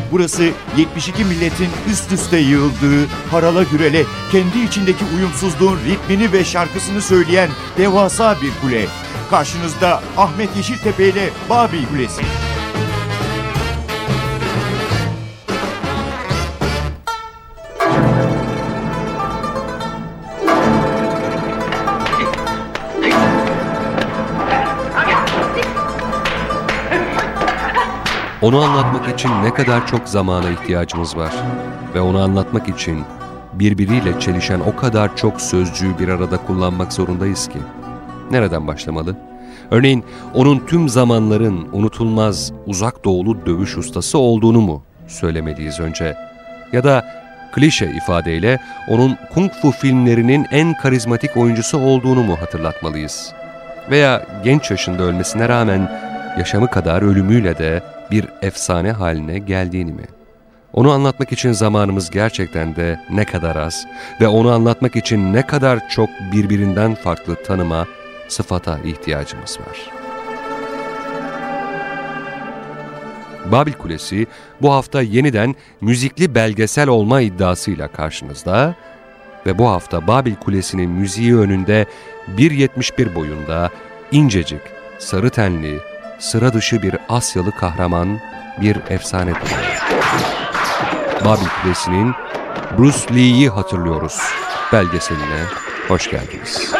Burası 72 milletin üst üste yığıldığı, harala gürele, kendi içindeki uyumsuzluğun ritmini ve şarkısını söyleyen devasa bir kule. Karşınızda Ahmet Yeşiltepe ile Babil Kulesi. Onu anlatmak için ne kadar çok zamana ihtiyacımız var ve onu anlatmak için birbiriyle çelişen o kadar çok sözcüğü bir arada kullanmak zorundayız ki. Nereden başlamalı? Örneğin onun tüm zamanların unutulmaz uzak doğulu dövüş ustası olduğunu mu söylemeliyiz önce? Ya da klişe ifadeyle onun kung fu filmlerinin en karizmatik oyuncusu olduğunu mu hatırlatmalıyız? Veya genç yaşında ölmesine rağmen yaşamı kadar ölümüyle de bir efsane haline geldiğini mi? Onu anlatmak için zamanımız gerçekten de ne kadar az ve onu anlatmak için ne kadar çok birbirinden farklı tanıma, sıfata ihtiyacımız var. Babil Kulesi bu hafta yeniden müzikli belgesel olma iddiasıyla karşınızda ve bu hafta Babil Kulesi'nin müziği önünde 1.71 boyunda incecik, sarı tenli, sıra dışı bir Asyalı kahraman, bir efsanedir. Babil Kulesi'nin Bruce Lee'yi hatırlıyoruz belgeseline hoş geldiniz.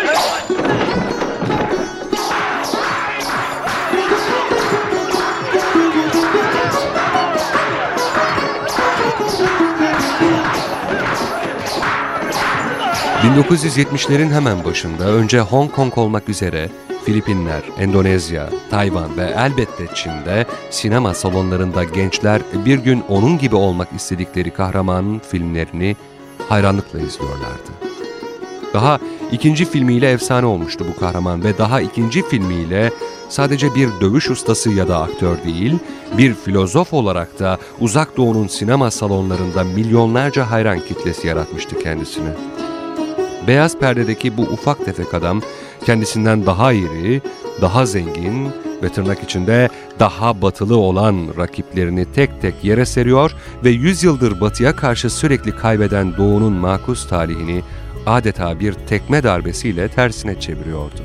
...1970'lerin hemen başında önce Hong Kong olmak üzere Filipinler, Endonezya, Tayvan ve elbette Çin'de sinema salonlarında gençler bir gün onun gibi olmak istedikleri kahramanın filmlerini hayranlıkla izliyorlardı. Daha ikinci filmiyle efsane olmuştu bu kahraman ve daha ikinci filmiyle sadece bir dövüş ustası ya da aktör değil, bir filozof olarak da Uzak Doğu'nun sinema salonlarında milyonlarca hayran kitlesi yaratmıştı kendisine. Beyaz perdedeki bu ufak tefek adam kendisinden daha iri, daha zengin ve tırnak içinde daha batılı olan rakiplerini tek tek yere seriyor ve 100 yıldır batıya karşı sürekli kaybeden Doğu'nun makus talihini adeta bir tekme darbesiyle tersine çeviriyordu.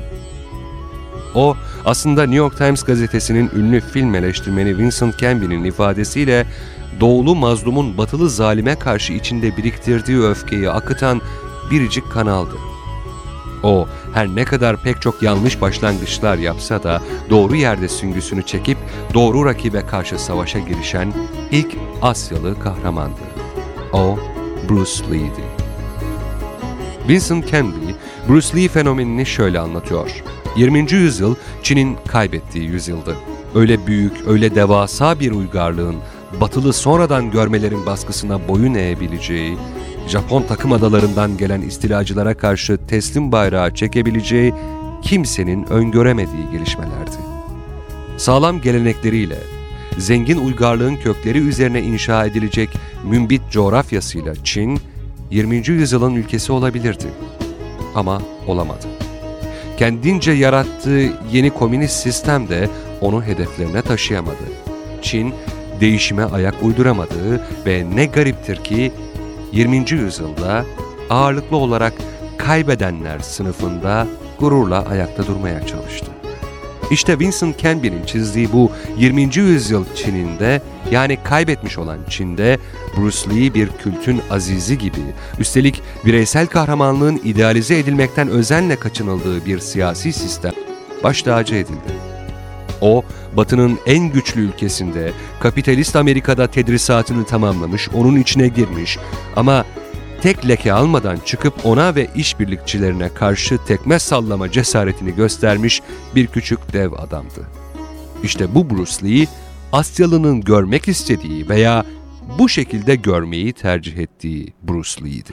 O aslında New York Times gazetesinin ünlü film eleştirmeni Vincent Canby'nin ifadesiyle doğulu mazlumun batılı zalime karşı içinde biriktirdiği öfkeyi akıtan biricik kanaldı. O her ne kadar pek çok yanlış başlangıçlar yapsa da doğru yerde süngüsünü çekip doğru rakibe karşı savaşa girişen ilk Asyalı kahramandı. O Bruce Lee'di. Vincent Canby, Bruce Lee fenomenini şöyle anlatıyor. 20. yüzyıl Çin'in kaybettiği yüzyıldı. Öyle büyük, öyle devasa bir uygarlığın batılı sonradan görmelerin baskısına boyun eğebileceği, Japon takım adalarından gelen istilacılara karşı teslim bayrağı çekebileceği kimsenin öngöremediği gelişmelerdi. Sağlam gelenekleriyle, zengin uygarlığın kökleri üzerine inşa edilecek mümbit coğrafyasıyla Çin, 20. yüzyılın ülkesi olabilirdi. Ama olamadı. Kendince yarattığı yeni komünist sistem de onu hedeflerine taşıyamadı. Çin, değişime ayak uyduramadı ve ne gariptir ki 20. yüzyılda ağırlıklı olarak kaybedenler sınıfında gururla ayakta durmaya çalıştı. İşte Vincent Canby'nin çizdiği bu 20. yüzyıl Çin'inde, yani kaybetmiş olan Çin'de Bruce Lee bir kültün azizi gibi, üstelik bireysel kahramanlığın idealize edilmekten özenle kaçınıldığı bir siyasi sistem baş tacı edildi. O, Batı'nın en güçlü ülkesinde, kapitalist Amerika'da tedrisatını tamamlamış, onun içine girmiş ama tek leke almadan çıkıp ona ve işbirlikçilerine karşı tekme sallama cesaretini göstermiş bir küçük dev adamdı. İşte bu Bruce Lee, Asyalı'nın görmek istediği veya bu şekilde görmeyi tercih ettiği Bruce Lee'di.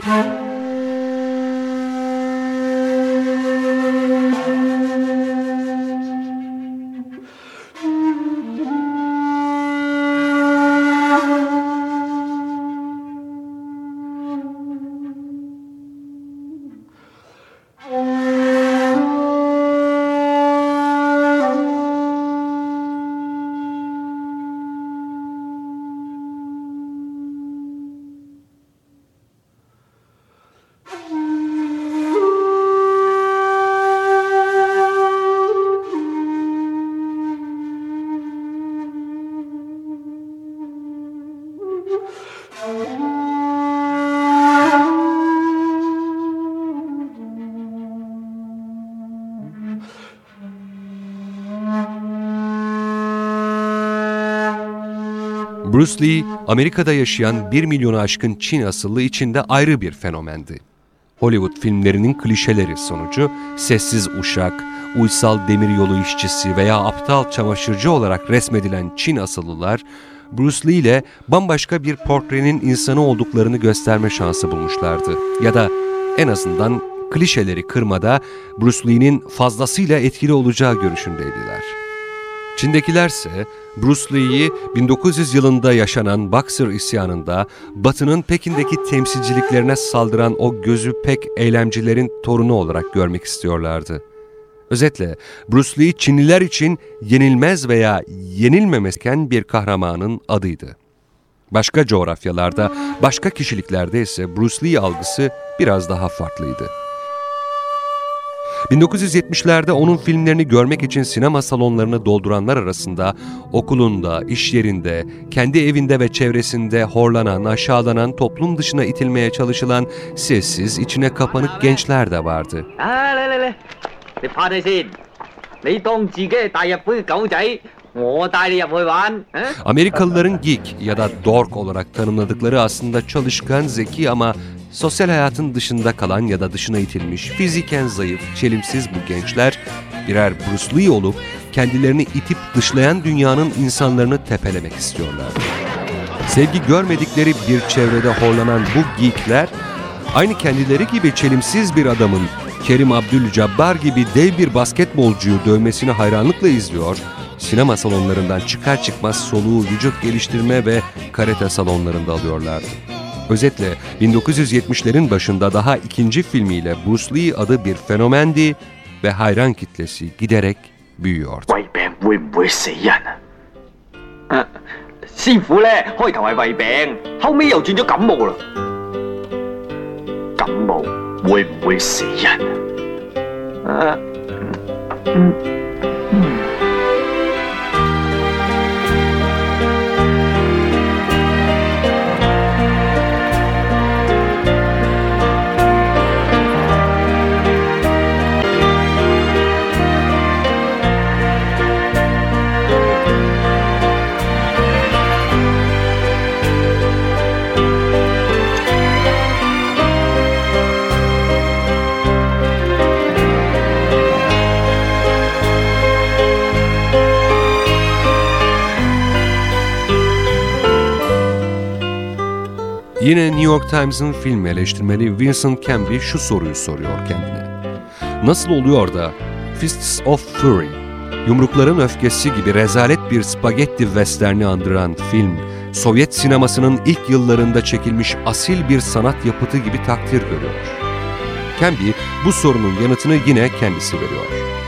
Bruce Lee, Amerika'da yaşayan 1 milyonu aşkın Çin asıllı içinde ayrı bir fenomendi. Hollywood filmlerinin klişeleri sonucu sessiz uşak, uysal demiryolu işçisi veya aptal çamaşırcı olarak resmedilen Çin asıllılar, Bruce Lee ile bambaşka bir portrenin insanı olduklarını gösterme şansı bulmuşlardı. Ya da en azından klişeleri kırmada Bruce Lee'nin fazlasıyla etkili olacağı görüşündeydiler. Çin'dekilerse Bruce Lee'yi 1900 yılında yaşanan Boxer isyanında Batı'nın Pekin'deki temsilciliklerine saldıran o gözü pek eylemcilerin torunu olarak görmek istiyorlardı. Özetle Bruce Lee Çinliler için yenilmez veya yenilmemezken bir kahramanın adıydı. Başka coğrafyalarda, başka kişiliklerde ise Bruce Lee algısı biraz daha farklıydı. 1970'lerde onun filmlerini görmek için sinema salonlarını dolduranlar arasında okulunda, iş yerinde, kendi evinde ve çevresinde horlanan, aşağılanan, toplum dışına itilmeye çalışılan sessiz, içine kapanık gençler de vardı. Amerikalıların geek ya da dork olarak tanımladıkları aslında çalışkan, zeki ama sosyal hayatın dışında kalan ya da dışına itilmiş, fiziken zayıf, çelimsiz bu gençler birer Bruce Lee olup kendilerini itip dışlayan dünyanın insanlarını tepelemek istiyorlar. Sevgi görmedikleri bir çevrede horlanan bu geekler, aynı kendileri gibi çelimsiz bir adamın Kerim Abdül-Cabbar gibi dev bir basketbolcuyu dövmesini hayranlıkla izliyor, sinema salonlarından çıkar çıkmaz soluğu vücut geliştirme ve karate salonlarında alıyorlardı. Özetle 1970'lerin başında daha ikinci filmiyle Bruce Lee adı bir fenomendi ve hayran kitlesi giderek büyüyordu. 胃病會唔會死人啊？師傅咧開頭係胃病，後尾又轉咗感冒啦。感冒會唔會死人啊？ Yine New York Times'ın film eleştirmeni Vincent Canby şu soruyu soruyor kendine. Nasıl oluyor da Fists of Fury, yumrukların öfkesi gibi rezalet bir spagetti westerni andıran film, Sovyet sinemasının ilk yıllarında çekilmiş asil bir sanat yapıtı gibi takdir görüyor? Canby bu sorunun yanıtını yine kendisi veriyor.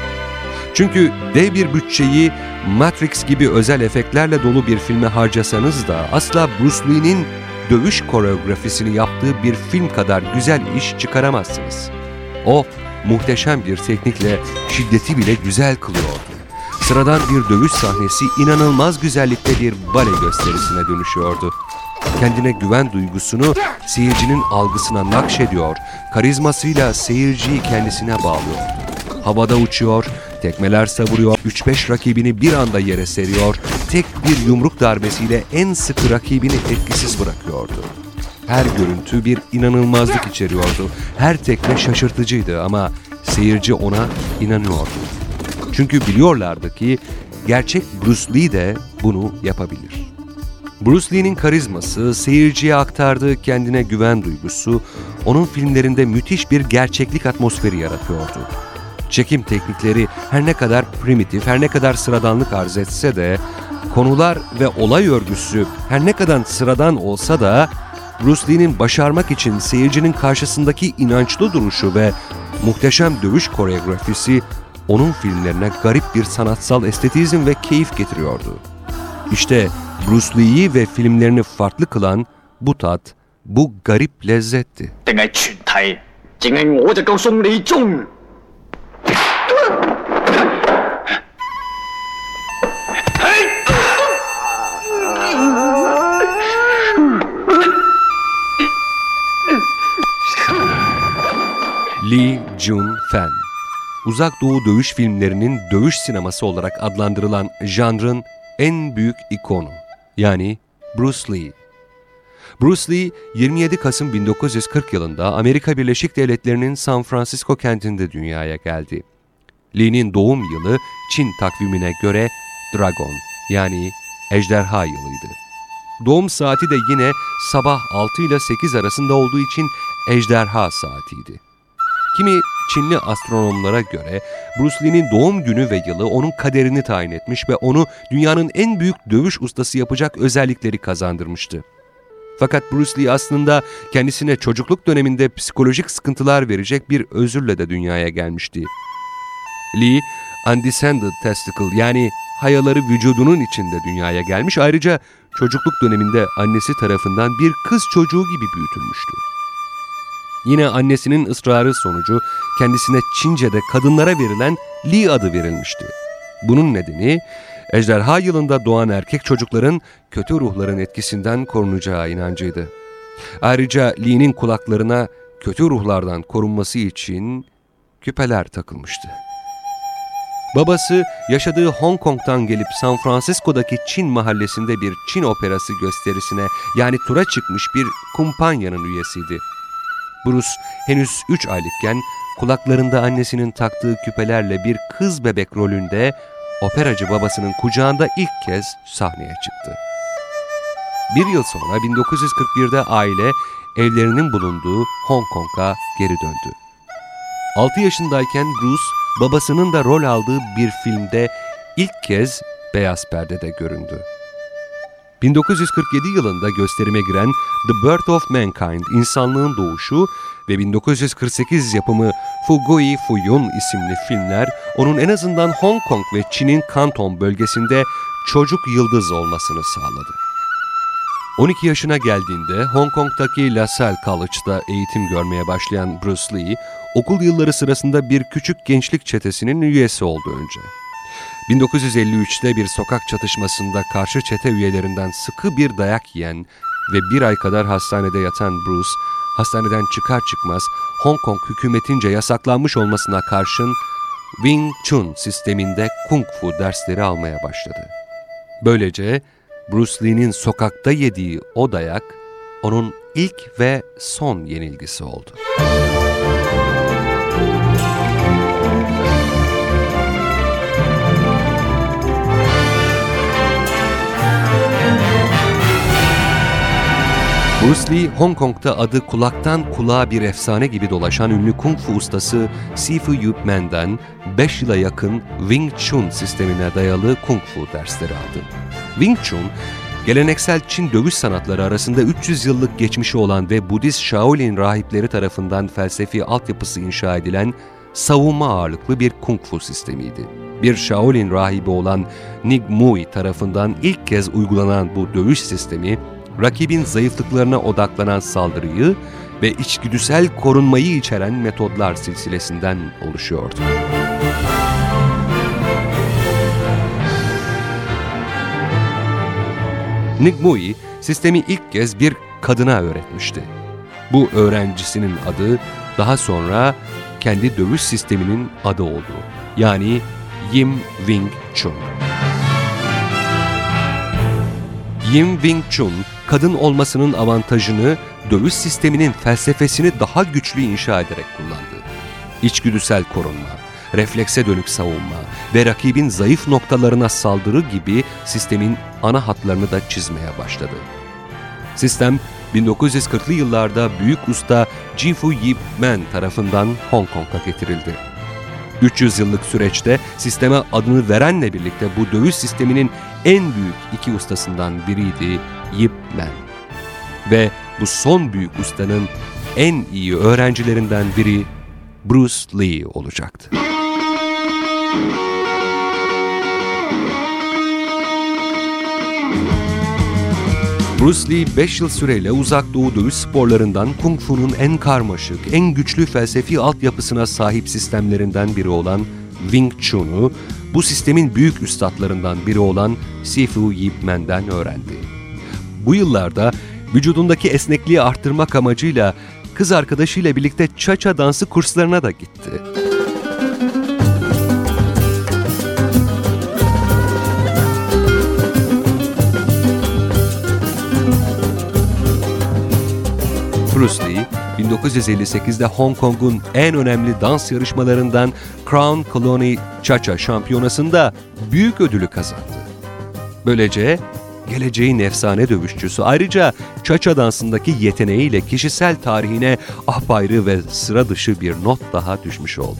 Çünkü dev bir bütçeyi Matrix gibi özel efektlerle dolu bir filme harcasanız da asla Bruce Lee'nin dövüş koreografisini yaptığı bir film kadar güzel iş çıkaramazsınız. O, muhteşem bir teknikle şiddeti bile güzel kılıyordu. Sıradan bir dövüş sahnesi inanılmaz güzellikte bir bale gösterisine dönüşüyordu. Kendine güven duygusunu seyircinin algısına nakşediyor, karizmasıyla seyirciyi kendisine bağlıyor. Havada uçuyor, tekmeler savuruyor, 3-5 rakibini bir anda yere seriyor, tek bir yumruk darbesiyle en sıkı rakibini etkisiz bırakıyordu. Her görüntü bir inanılmazlık içeriyordu. Her tekme şaşırtıcıydı ama seyirci ona inanıyordu. Çünkü biliyorlardı ki gerçek Bruce Lee de bunu yapabilir. Bruce Lee'nin karizması, seyirciye aktardığı kendine güven duygusu, onun filmlerinde müthiş bir gerçeklik atmosferi yaratıyordu. Çekim teknikleri her ne kadar primitif, her ne kadar sıradanlık arz etse de, konular ve olay örgüsü her ne kadar sıradan olsa da, Bruce Lee'nin başarmak için seyircinin karşısındaki inançlı duruşu ve muhteşem dövüş koreografisi, onun filmlerine garip bir sanatsal estetizm ve keyif getiriyordu. İşte Bruce Lee'yi ve filmlerini farklı kılan bu tat, bu garip lezzetti. 定係全體，淨係我就夠送你鐘。 Lee Jun-Fan, Uzak Doğu dövüş filmlerinin dövüş sineması olarak adlandırılan janrın en büyük ikonu, yani Bruce Lee. Bruce Lee, 27 Kasım 1940 yılında Amerika Birleşik Devletleri'nin San Francisco kentinde dünyaya geldi. Lee'nin doğum yılı Çin takvimine göre Dragon yani ejderha yılıydı. Doğum saati de yine sabah 6 ile 8 arasında olduğu için ejderha saatiydi. Kimi Çinli astronomlara göre Bruce Lee'nin doğum günü ve yılı onun kaderini tayin etmiş ve onu dünyanın en büyük dövüş ustası yapacak özellikleri kazandırmıştı. Fakat Bruce Lee aslında kendisine çocukluk döneminde psikolojik sıkıntılar verecek bir özürle de dünyaya gelmişti. Lee, undescended testicle yani hayaları vücudunun içinde dünyaya gelmiş, ayrıca çocukluk döneminde annesi tarafından bir kız çocuğu gibi büyütülmüştü. Yine annesinin ısrarı sonucu kendisine Çince'de kadınlara verilen Lee adı verilmişti. Bunun nedeni ejderha yılında doğan erkek çocukların kötü ruhların etkisinden korunacağı inancıydı. Ayrıca Lee'nin kulaklarına kötü ruhlardan korunması için küpeler takılmıştı. Babası yaşadığı Hong Kong'tan gelip San Francisco'daki Çin mahallesinde bir Çin operası gösterisine yani tura çıkmış bir kumpanyanın üyesiydi. Bruce henüz 3 aylıkken kulaklarında annesinin taktığı küpelerle bir kız bebek rolünde operacı babasının kucağında ilk kez sahneye çıktı. Bir yıl sonra 1941'de aile evlerinin bulunduğu Hong Kong'a geri döndü. 6 yaşındayken Bruce babasının da rol aldığı bir filmde ilk kez beyaz perdede göründü. 1947 yılında gösterime giren The Birth of Mankind, İnsanlığın Doğuşu ve 1948 yapımı Fugui Fuyun isimli filmler onun en azından Hong Kong ve Çin'in Kanton bölgesinde çocuk yıldız olmasını sağladı. 12 yaşına geldiğinde Hong Kong'daki La Salle College'da eğitim görmeye başlayan Bruce Lee, okul yılları sırasında bir küçük gençlik çetesinin üyesi oldu önce. 1953'te bir sokak çatışmasında karşı çete üyelerinden sıkı bir dayak yiyen ve bir ay kadar hastanede yatan Bruce, hastaneden çıkar çıkmaz Hong Kong hükümetince yasaklanmış olmasına karşın Wing Chun sisteminde Kung Fu dersleri almaya başladı. Böylece Bruce Lee'nin sokakta yediği o dayak onun ilk ve son yenilgisi oldu. Bruce Lee, Hong Kong'da adı kulaktan kulağa bir efsane gibi dolaşan ünlü Kung Fu ustası Sifu Yip Man'den 5 yıla yakın Wing Chun sistemine dayalı Kung Fu dersleri aldı. Wing Chun, geleneksel Çin dövüş sanatları arasında 300 yıllık geçmişi olan ve Budist Shaolin rahipleri tarafından felsefi altyapısı inşa edilen savunma ağırlıklı bir Kung Fu sistemiydi. Bir Shaolin rahibi olan Ning Mui tarafından ilk kez uygulanan bu dövüş sistemi, rakibin zayıflıklarına odaklanan saldırıyı ve içgüdüsel korunmayı içeren metodlar silsilesinden oluşuyordu. Ning Mui, sistemi ilk kez bir kadına öğretmişti. Bu öğrencisinin adı daha sonra kendi dövüş sisteminin adı oldu. Yani Yim Wing Chun. Yim Wing Chun, kadın olmasının avantajını dövüş sisteminin felsefesini daha güçlü inşa ederek kullandı. İçgüdüsel korunma, reflekse dönük savunma ve rakibin zayıf noktalarına saldırı gibi sistemin ana hatlarını da çizmeye başladı. Sistem 1940'lı yıllarda büyük usta Sifu Yip Man tarafından Hong Kong'a getirildi. 300 yıllık süreçte sisteme adını verenle birlikte bu dövüş sisteminin en büyük iki ustasından biriydi Yip Man. Ve bu son büyük ustanın en iyi öğrencilerinden biri Bruce Lee olacaktı. Bruce Lee 5 yıl süreyle Uzak Doğu dövüş sporlarından Kung Fu'nun en karmaşık, en güçlü felsefi altyapısına sahip sistemlerinden biri olan Wing Chun'u, bu sistemin büyük üstadlarından biri olan Sifu Yip Man'den öğrendi. Bu yıllarda vücudundaki esnekliği arttırmak amacıyla kız arkadaşıyla birlikte cha-cha dansı kurslarına da gitti. Bruce Lee, 1958'de Hong Kong'un en önemli dans yarışmalarından Crown Colony Cha-Cha şampiyonasında büyük ödülü kazandı. Böylece geleceğin efsane dövüşçüsü ayrıca Cha-Cha dansındaki yeteneğiyle kişisel tarihine apayrı ve sıra dışı bir not daha düşmüş oldu.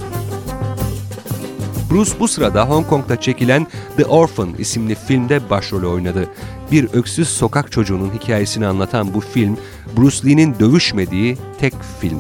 Bruce bu sırada Hong Kong'da çekilen The Orphan isimli filmde başrolü oynadı. Bir öksüz sokak çocuğunun hikayesini anlatan bu film, Bruce Lee'nin dövüşmediği tek filmdi.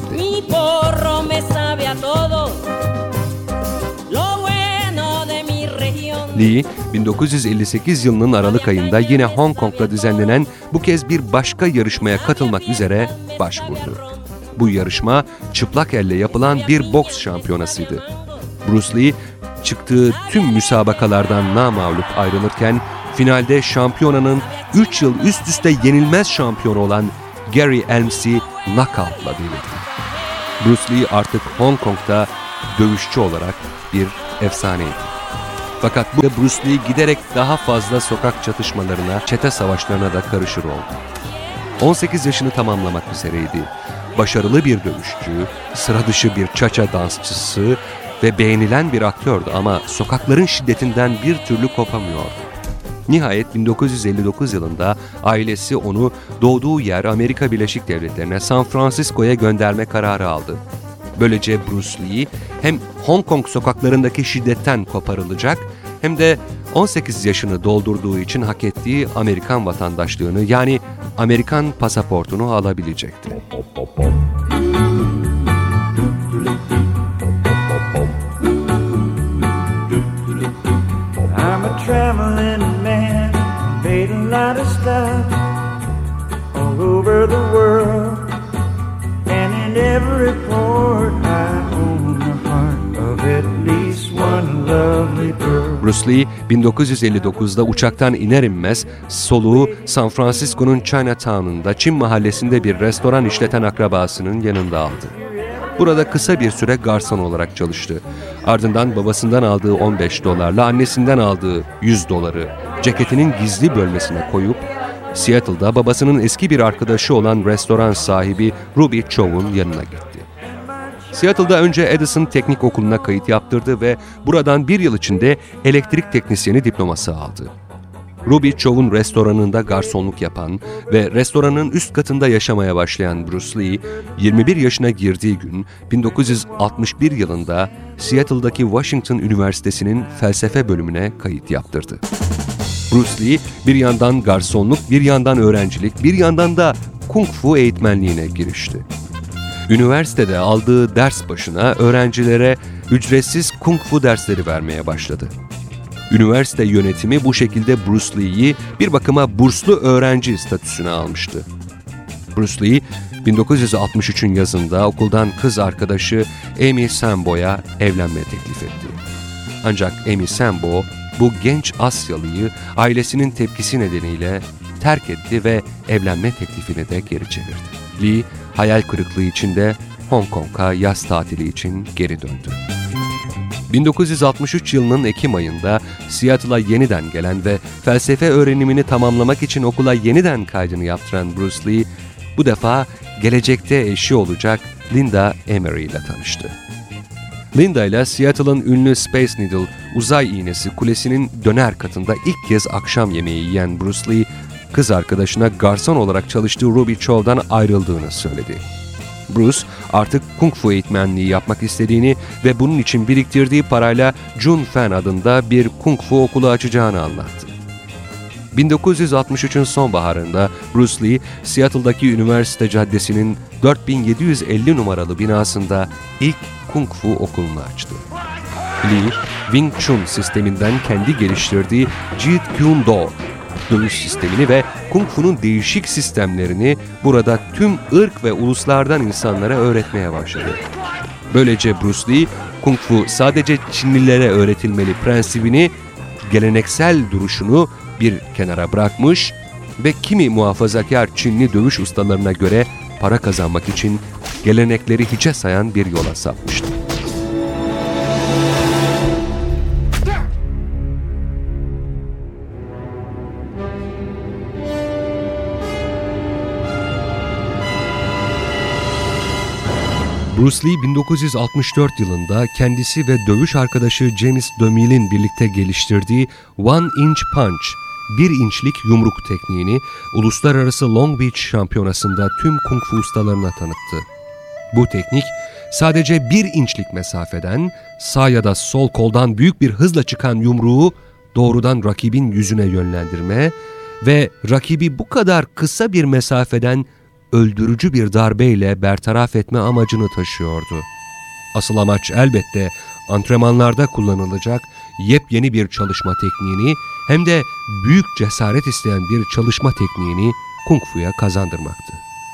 Lee, 1958 yılının Aralık ayında yine Hong Kong'da düzenlenen bu kez bir başka yarışmaya katılmak üzere başvurdu. Bu yarışma çıplak elle yapılan bir boks şampiyonasıydı. Bruce Lee, çıktığı tüm müsabakalardan namağlup ayrılırken finalde şampiyonanın 3 yıl üst üste yenilmez şampiyonu olan Gary Elms'i knockout'la devirdi. Bruce Lee artık Hong Kong'da dövüşçü olarak bir efsaneydi. Fakat bu Bruce Lee giderek daha fazla sokak çatışmalarına, çete savaşlarına da karışır oldu. 18 yaşını tamamlamak üzereydi. Başarılı bir dövüşçü, sıra dışı bir cha-cha dansçısı ve beğenilen bir aktördü ama sokakların şiddetinden bir türlü kopamıyordu. Nihayet 1959 yılında ailesi onu doğduğu yer Amerika Birleşik Devletleri'ne San Francisco'ya gönderme kararı aldı. Böylece Bruce Lee hem Hong Kong sokaklarındaki şiddetten koparılacak hem de 18 yaşını doldurduğu için hak ettiği Amerikan vatandaşlığını yani Amerikan pasaportunu alabilecekti. I'm a traveling man, made a lot of stuff all over the world, and in every port I own the heart of at least one lovely girl. Bruce Lee 1959'da uçaktan iner inmez soluğu San Francisco'nun Chinatown'unda Çin mahallesinde bir restoran işleten akrabasının yanında aldı. Burada kısa bir süre garson olarak çalıştı. Ardından babasından aldığı $15'la annesinden aldığı $100 ceketinin gizli bölmesine koyup Seattle'da babasının eski bir arkadaşı olan restoran sahibi Ruby Chow'un yanına gitti. Seattle'da önce Edison Teknik Okulu'na kayıt yaptırdı ve buradan bir yıl içinde elektrik teknisyeni diploması aldı. Ruby Chow'un restoranında garsonluk yapan ve restoranın üst katında yaşamaya başlayan Bruce Lee, 21 yaşına girdiği gün 1961 yılında Seattle'daki Washington Üniversitesi'nin felsefe bölümüne kayıt yaptırdı. Bruce Lee bir yandan garsonluk, bir yandan öğrencilik, bir yandan da kung fu eğitmenliğine girişti. Üniversitede aldığı ders başına öğrencilere ücretsiz kung fu dersleri vermeye başladı. Üniversite yönetimi bu şekilde Bruce Lee'yi bir bakıma burslu öğrenci statüsüne almıştı. Bruce Lee, 1963'ün yazında okuldan kız arkadaşı Amy Sambo'ya evlenme teklif etti. Ancak Amy Sambo, bu genç Asyalı'yı ailesinin tepkisi nedeniyle terk etti ve evlenme teklifini de geri çevirdi. Lee, hayal kırıklığı içinde Hong Kong'a yaz tatili için geri döndü. 1963 yılının Ekim ayında Seattle'a yeniden gelen ve felsefe öğrenimini tamamlamak için okula yeniden kaydını yaptıran Bruce Lee, bu defa gelecekte eşi olacak Linda Emery ile tanıştı. Linda ile Seattle'ın ünlü Space Needle uzay iğnesi kulesinin döner katında ilk kez akşam yemeği yiyen Bruce Lee, kız arkadaşına garson olarak çalıştığı Ruby Chow'dan ayrıldığını söyledi. Bruce artık kung fu eğitmenliği yapmak istediğini ve bunun için biriktirdiği parayla Jun Fan adında bir kung fu okulu açacağını anlattı. 1963'ün sonbaharında Bruce Lee, Seattle'daki Üniversite Caddesi'nin 4750 numaralı binasında ilk kung fu okulunu açtı. Lee, Wing Chun sisteminden kendi geliştirdiği Jeet Kune Do dövüş sistemini ve Kung Fu'nun değişik sistemlerini burada tüm ırk ve uluslardan insanlara öğretmeye başladı. Böylece Bruce Lee, Kung Fu sadece Çinlilere öğretilmeli prensibini, geleneksel duruşunu bir kenara bırakmış ve kimi muhafazakar Çinli dövüş ustalarına göre para kazanmak için gelenekleri hiçe sayan bir yola sapmıştı. Bruce Lee 1964 yılında kendisi ve dövüş arkadaşı James DeMille'in birlikte geliştirdiği One Inch Punch, 1 inçlik yumruk tekniğini Uluslararası Long Beach Şampiyonası'nda tüm kung fu ustalarına tanıttı. Bu teknik sadece 1 inçlik mesafeden sağ ya da sol koldan büyük bir hızla çıkan yumruğu doğrudan rakibin yüzüne yönlendirme ve rakibi bu kadar kısa bir mesafeden öldürücü bir darbeyle bertaraf etme amacını taşıyordu. Asıl amaç elbette antrenmanlarda kullanılacak yepyeni bir çalışma tekniğini hem de büyük cesaret isteyen bir çalışma tekniğini Kung Fu'ya kazandırmaktı.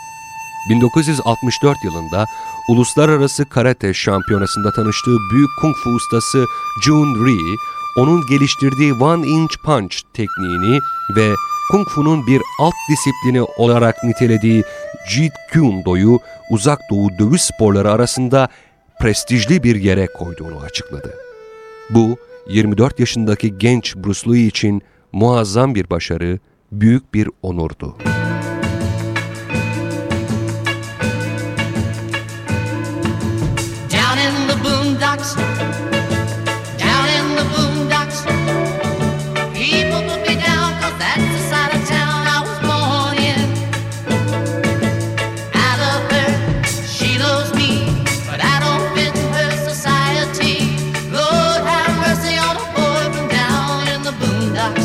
1964 yılında Uluslararası Karate Şampiyonası'nda tanıştığı büyük Kung Fu ustası Jun Rhee, onun geliştirdiği One Inch Punch tekniğini ve Kung Fu'nun bir alt disiplini olarak nitelediği Jeet Kune Do'yu Uzak Doğu dövüş sporları arasında prestijli bir yere koyduğunu açıkladı. Bu, 24 yaşındaki genç Bruce Lee için muazzam bir başarı, büyük bir onurdu. Down in the boondocks, down in the boondocks, people put me down 'cause that's the side of town I was born in. I love her, she loves me, but I don't fit in her society. Lord have mercy on a boy from down in the boondocks.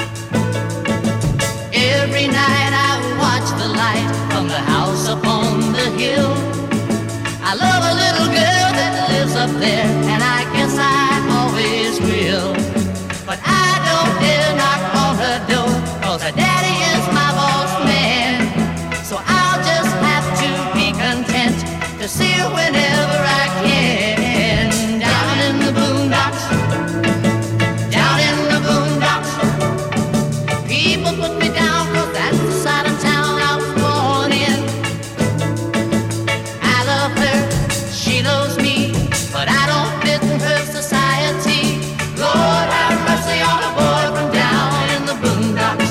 Every night I watch the light from the house upon the hill. I love a little girl that lives up there, and I guess I always will. But I don't dare knock on her door, 'cause her daddy is my boss man. So I'll just have to be content to see her whenever I can. Down in the boondocks, down in the boondocks, people put me down 'cause that's the side of town I was born in. I love her, she loves me, but I don't fit in her society. Lord have mercy on a boy from down in the boondocks.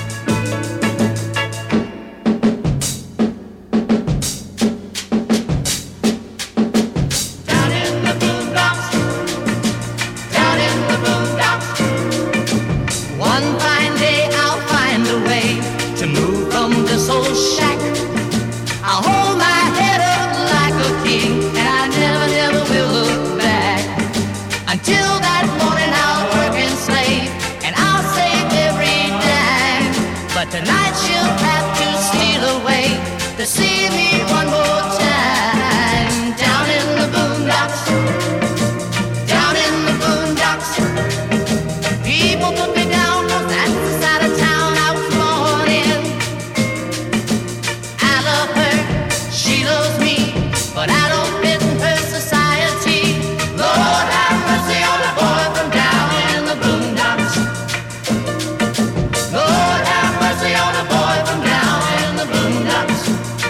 Down in the boondocks, down in the boondocks. One fine day I'll find a way to move from this old shack. I'll hold my head up like a king, and I never, never will look back. Until that morning I'll work and slave, and I'll save every dime. But tonight she'll have to steal away to see me one more time. Down in the boondocks, down in the boondocks, people put me down 'cause that's the side of town I was born in. I love her, she loves me, but I don't fit in her society. Lord have mercy on a boy from down in the boondocks. Lord have mercy on a boy from down in the boondocks.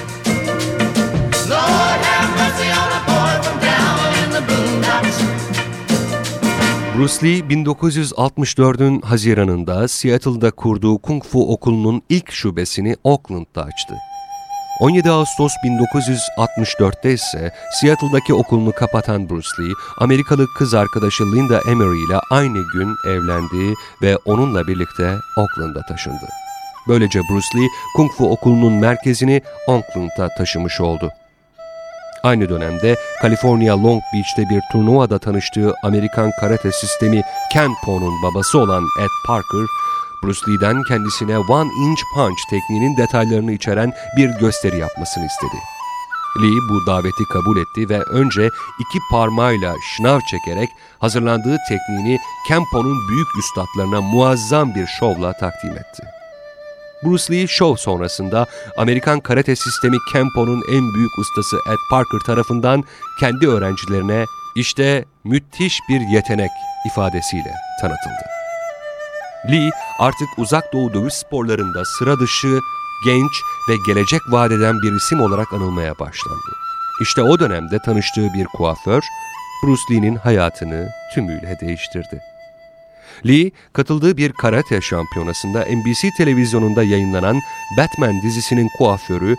Lord have mercy on a boy from down in the boondocks. Bruce Lee 1964'ün Haziran'ında Seattle'da kurduğu Kung Fu okulunun ilk şubesini Oakland'da açtı. 17 Ağustos 1964'te ise Seattle'daki okulunu kapatan Bruce Lee, Amerikalı kız arkadaşı Linda Emery ile aynı gün evlendi ve onunla birlikte Oakland'a taşındı. Böylece Bruce Lee, Kung Fu okulunun merkezini Oakland'a taşımış oldu. Aynı dönemde Kaliforniya Long Beach'te bir turnuvada tanıştığı Amerikan karate sistemi Kenpo'nun babası olan Ed Parker, Bruce Lee'den kendisine One Inch Punch tekniğinin detaylarını içeren bir gösteri yapmasını istedi. Lee bu daveti kabul etti ve önce 2 parmağıyla şınav çekerek hazırlandığı tekniğini Kenpo'nun büyük üstadlarına muazzam bir şovla takdim etti. Bruce Lee şov sonrasında Amerikan karate sistemi Kenpo'nun en büyük ustası Ed Parker tarafından kendi öğrencilerine "İşte müthiş bir yetenek" ifadesiyle tanıtıldı. Lee artık Uzak Doğu dövüş sporlarında sıra dışı, genç ve gelecek vaat eden bir isim olarak anılmaya başlandı. İşte o dönemde tanıştığı bir kuaför, Bruce Lee'nin hayatını tümüyle değiştirdi. Lee, katıldığı bir karate şampiyonasında NBC televizyonunda yayınlanan Batman dizisinin kuaförü,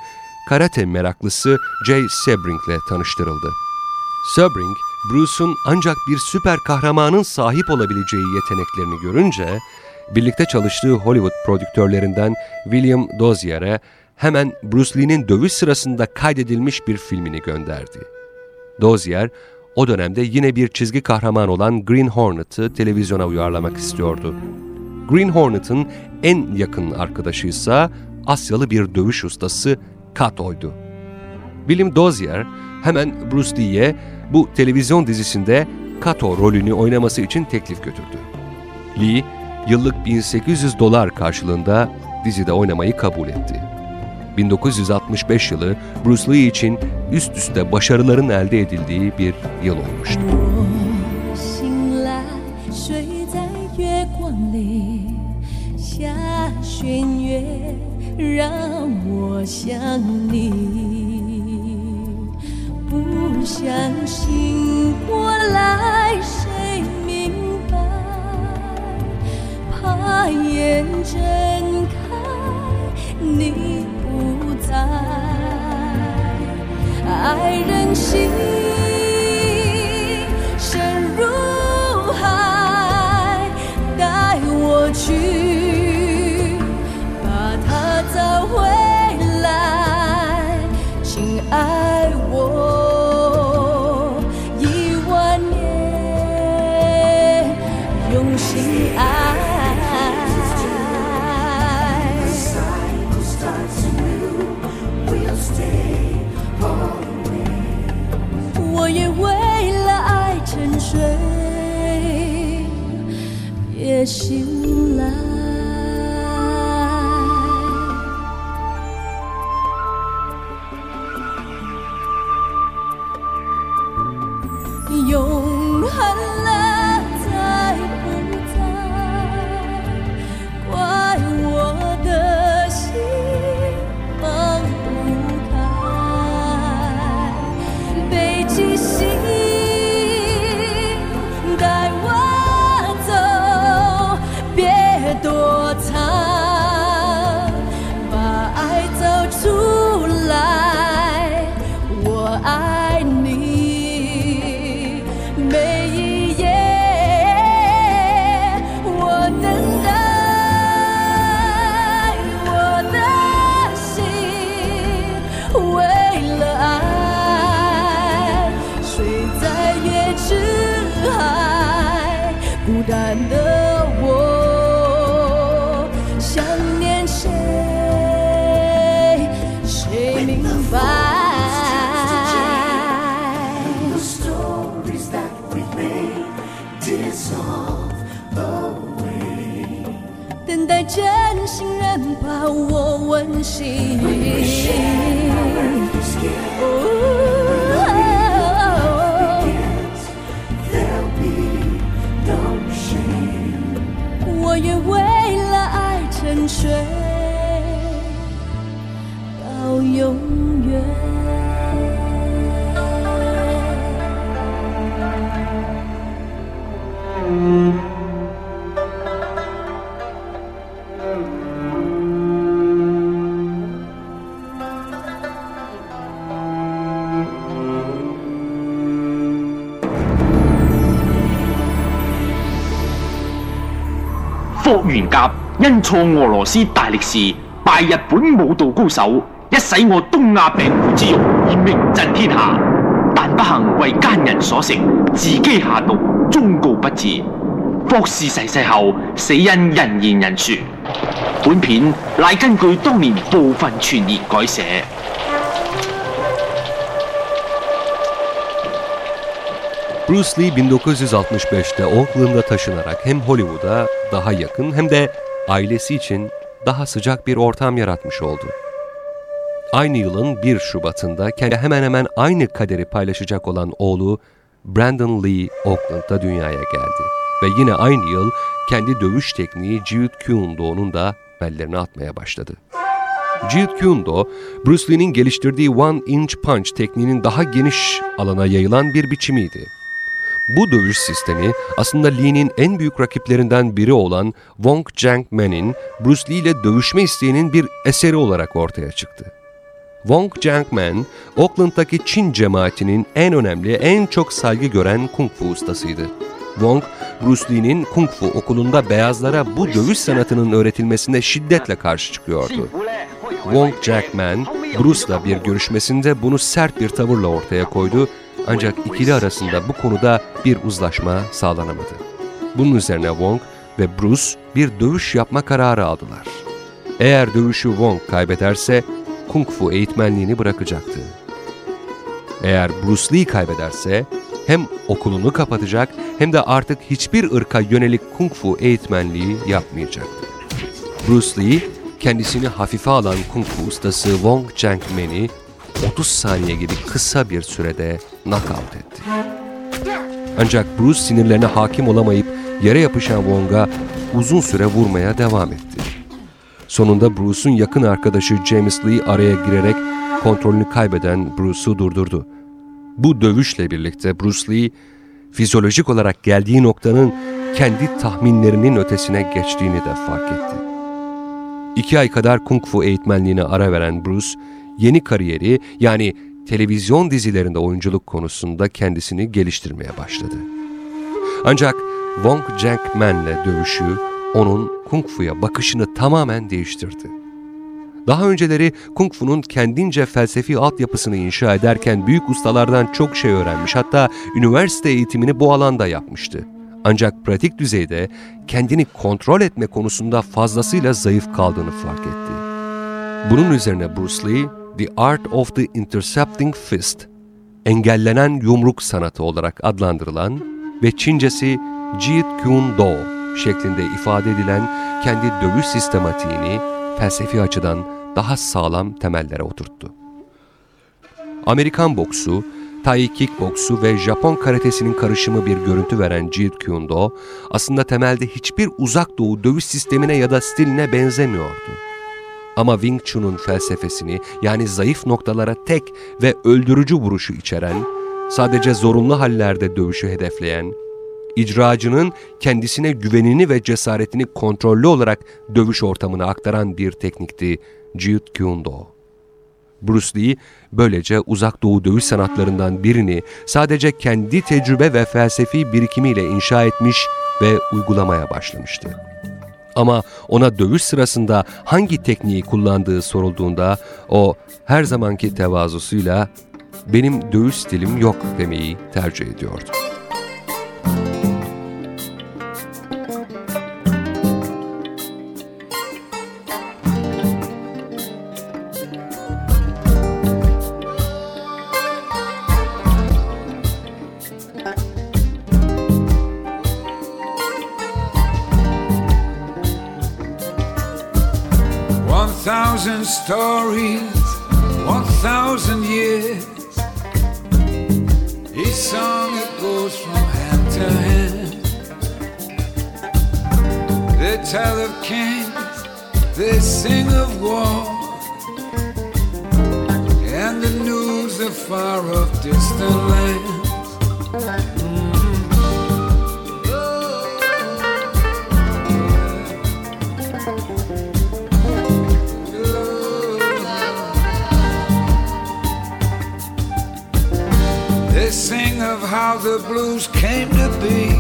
karate meraklısı Jay Sebring'le tanıştırıldı. Sebring, Bruce'un ancak bir süper kahramanın sahip olabileceği yeteneklerini görünce, birlikte çalıştığı Hollywood prodüktörlerinden William Dozier'e hemen Bruce Lee'nin dövüş sırasında kaydedilmiş bir filmini gönderdi. Dozier, o dönemde yine bir çizgi kahraman olan Green Hornet'ı televizyona uyarlamak istiyordu. Green Hornet'ın en yakın arkadaşıysa Asyalı bir dövüş ustası Kato'ydu. William Dozier hemen Bruce Lee'ye bu televizyon dizisinde Kato rolünü oynaması için teklif götürdü. Lee, yıllık $1800 karşılığında dizide oynamayı kabul etti. 1965 yılı Bruce Lee için üst üste başarıların elde edildiği bir yıl olmuştu. 醒来，睡在月光里，下弦月让我想你。不相信过来，谁明白？怕眼睁开，你不在，爱人心深如海，带我去，把它找回来，请爱我10000年，用心爱。我也为了爱沉睡，别醒来。永恒了，在不在？怪我的心放不开，背起心带我走，别躲藏，把爱找出来，我爱你。每一夜，我等待，我的心为了爱，睡在月之海，孤单的我，想念谁，谁明白？等待真心人把我温馨。我愿为了爱沉睡到永远。 霍元甲因挫俄羅斯大力士，敗日本武道高手，一洗我東亞病夫之辱而名震天下。但不幸為奸人所成，自己下毒，終告不治。霍氏逝世後，死因人言人殊。本片乃根據當年部分傳言改寫。 Bruce Lee 1965'te Oakland'a taşınarak hem Hollywood'a daha yakın hem de ailesi için daha sıcak bir ortam yaratmış oldu. Aynı yılın 1 Şubat'ında hemen hemen aynı kaderi paylaşacak olan oğlu Brandon Lee Oakland'da dünyaya geldi. Ve yine aynı yıl kendi dövüş tekniği Jeet Kune Do'nun da bellerini atmaya başladı. Jeet Kune Do, Bruce Lee'nin geliştirdiği One Inch Punch tekniğinin daha geniş alana yayılan bir biçimiydi. Bu dövüş sistemi aslında Lee'nin en büyük rakiplerinden biri olan Wong Jang-man'in Bruce Lee ile dövüşme isteğinin bir eseri olarak ortaya çıktı. Wong Jackman, Oakland'daki Çin cemaatinin en önemli, en çok saygı gören kung fu ustasıydı. Wong, Bruce Lee'nin kung fu okulunda beyazlara bu dövüş sanatının öğretilmesine şiddetle karşı çıkıyordu. Wong Jackman, Bruce'la bir görüşmesinde bunu sert bir tavırla ortaya koydu, ancak ikili arasında bu konuda bir uzlaşma sağlanamadı. Bunun üzerine Wong ve Bruce bir dövüş yapma kararı aldılar. Eğer dövüşü Wong kaybederse kung fu eğitmenliğini bırakacaktı. Eğer Bruce Lee kaybederse hem okulunu kapatacak hem de artık hiçbir ırka yönelik kung fu eğitmenliği yapmayacaktı. Bruce Lee, kendisini hafife alan kung fu ustası Wong Jackman'i 30 saniye gibi kısa bir sürede knockout etti. Ancak Bruce sinirlerine hakim olamayıp yere yapışan Wong'a uzun süre vurmaya devam etti. Sonunda Bruce'un yakın arkadaşı James Lee araya girerek kontrolünü kaybeden Bruce'u durdurdu. Bu dövüşle birlikte Bruce Lee, fizyolojik olarak geldiği noktanın kendi tahminlerinin ötesine geçtiğini de fark etti. 2 ay kadar kung fu eğitmenliğine ara veren Bruce, yeni kariyeri yani televizyon dizilerinde oyunculuk konusunda kendisini geliştirmeye başladı. Ancak Wong Jackman'le dövüşü onun kung fu'ya bakışını tamamen değiştirdi. Daha önceleri kung fu'nun kendince felsefi altyapısını inşa ederken büyük ustalardan çok şey öğrenmiş, hatta üniversite eğitimini bu alanda yapmıştı. Ancak pratik düzeyde kendini kontrol etme konusunda fazlasıyla zayıf kaldığını fark etti. Bunun üzerine Bruce Lee, The Art of the Intercepting Fist, engellenen yumruk sanatı olarak adlandırılan ve Çincesi Jeet Kune Do şeklinde ifade edilen kendi dövüş sistematiğini felsefi açıdan daha sağlam temellere oturttu. Amerikan boksu, Tai kickboksu ve Japon karatesinin karışımı bir görüntü veren Jeet Kune Do, aslında temelde hiçbir uzak doğu dövüş sistemine ya da stiline benzemiyordu. Ama Wing Chun'un felsefesini, yani zayıf noktalara tek ve öldürücü vuruşu içeren, sadece zorunlu hallerde dövüşü hedefleyen, icracının kendisine güvenini ve cesaretini kontrollü olarak dövüş ortamına aktaran bir teknikti Jeet Kune Do. Bruce Lee böylece uzak doğu dövüş sanatlarından birini sadece kendi tecrübe ve felsefi birikimiyle inşa etmiş ve uygulamaya başlamıştı. Ama ona dövüş sırasında hangi tekniği kullandığı sorulduğunda o her zamanki tevazusuyla "Benim dövüş stilim yok" demeyi tercih ediyordu. Thousand stories, 1,000 years. Each song it goes from hand to hand. They tell of kings, they sing of war, and the news of far off distant lands. They sing of how the blues came to be.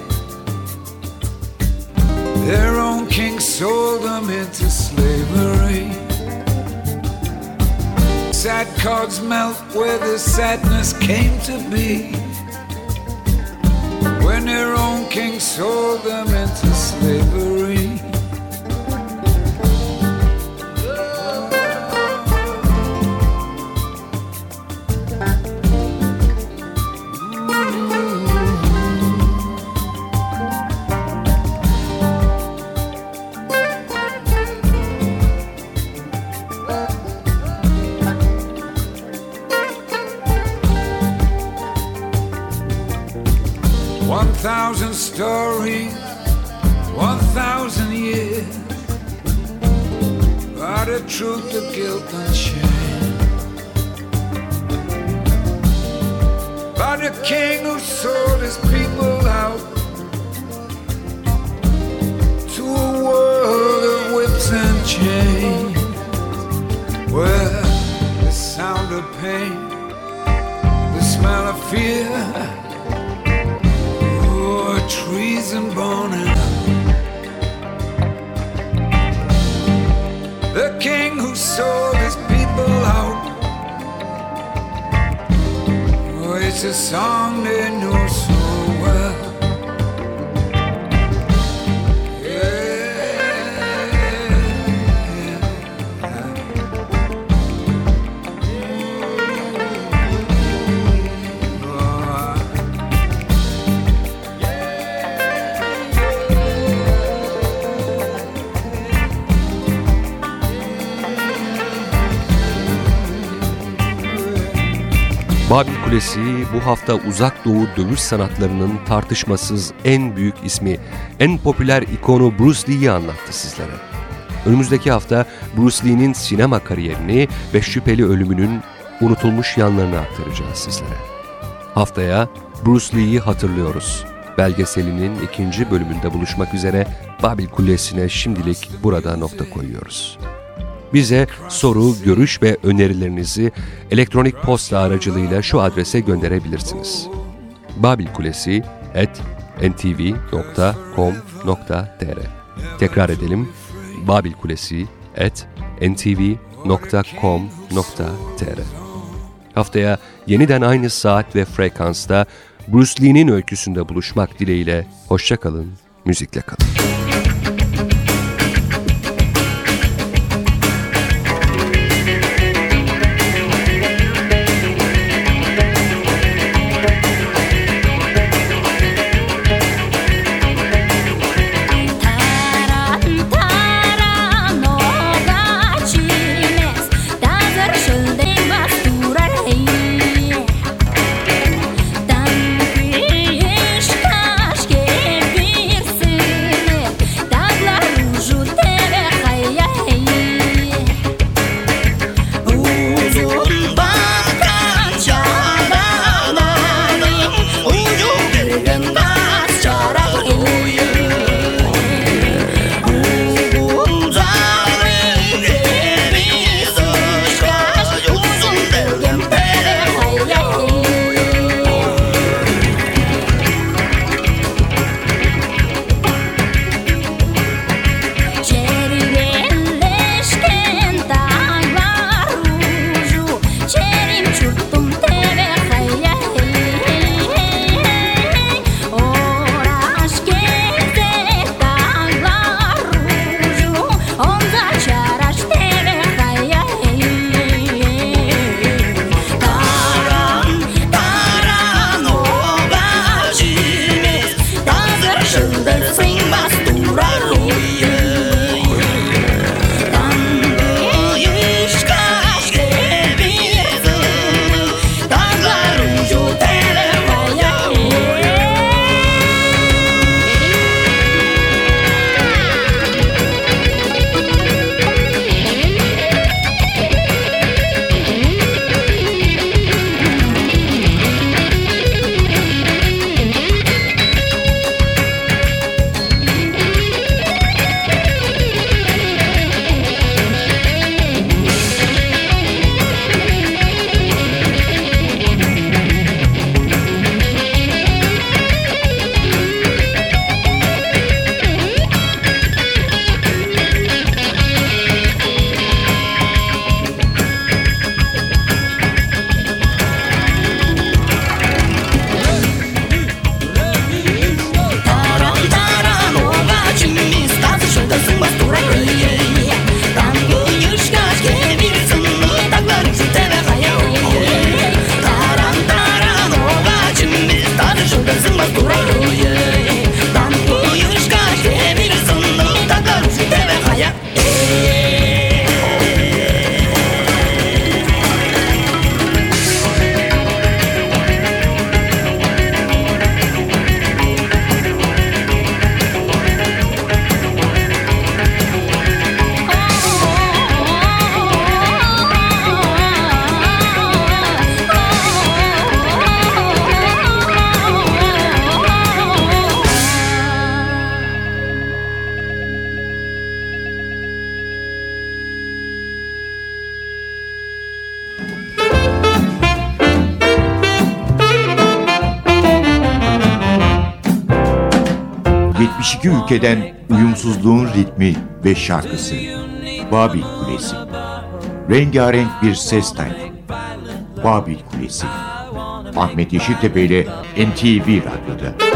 Their own king sold them into slavery. Sad cards melt where the sadness came to be, when their own king sold them into slavery. Thousand stories, 1,000 years, about the truth, the guilt and shame, about the king who sold his people out to a world of whips and chains, where the pain, the smell of fear, oh, treason burning up. The king who sold his people out, oh, it's a song they know so well. Babil Kulesi bu hafta Uzak Doğu dövüş sanatlarının tartışmasız en büyük ismi, en popüler ikonu Bruce Lee'yi anlattı sizlere. Önümüzdeki hafta Bruce Lee'nin sinema kariyerini ve şüpheli ölümünün unutulmuş yanlarını aktaracağız sizlere. Haftaya Bruce Lee'yi hatırlıyoruz. Belgeselinin 2. bölümünde buluşmak üzere Babil Kulesi'ne şimdilik burada nokta koyuyoruz. Bize soru, görüş ve önerilerinizi elektronik posta aracılığıyla şu adrese gönderebilirsiniz. babilkulesi@ntv.com.tr. Tekrar edelim. babilkulesi@ntv.com.tr. Haftaya yeniden aynı saat ve frekansta Bruce Lee'nin öyküsünde buluşmak dileğiyle hoşça kalın, müzikle kalın. 72 ülkeden uyumsuzluğun ritmi ve şarkısı. Babil Kulesi. Rengarenk bir ses tayfı. Babil Kulesi. Ahmet Yeşiltepe ile NTV Radyo'da.